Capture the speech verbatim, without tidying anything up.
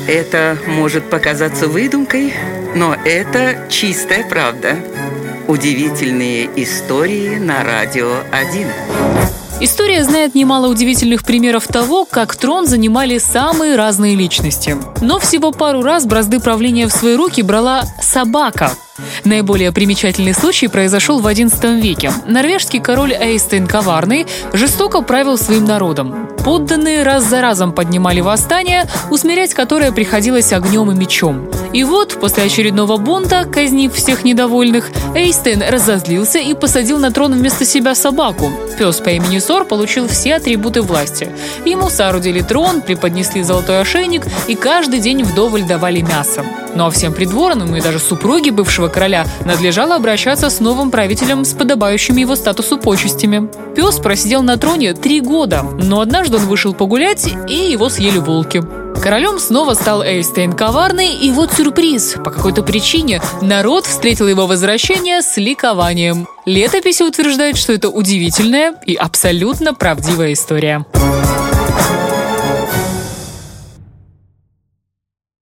Это может показаться выдумкой, но это чистая правда. Удивительные истории на Радио один. История знает немало удивительных примеров того, как трон занимали самые разные личности. Но всего пару раз бразды правления в свои руки брала собака. Наиболее примечательный случай произошел в одиннадцатом веке. Норвежский король Эйстейн Коварный жестоко правил своим народом. Подданные раз за разом поднимали восстание, усмирять которое приходилось огнем и мечом. И вот, после очередного бунта, казнив всех недовольных, Эйстейн разозлился и посадил на трон вместо себя собаку. Пес по имени Сор получил все атрибуты власти. Ему соорудили трон, преподнесли золотой ошейник и каждый день вдоволь давали мясо. Ну а всем придворным и даже супруге бывшего короля надлежало обращаться с новым правителем с подобающими его статусу почестями. Пес просидел на троне три года, но однажды он вышел погулять, и его съели волки. Королем снова стал Эйстейн Коварный, и вот сюрприз. По какой-то причине народ встретил его возвращение с ликованием. Летописи утверждают, что это удивительная и абсолютно правдивая история.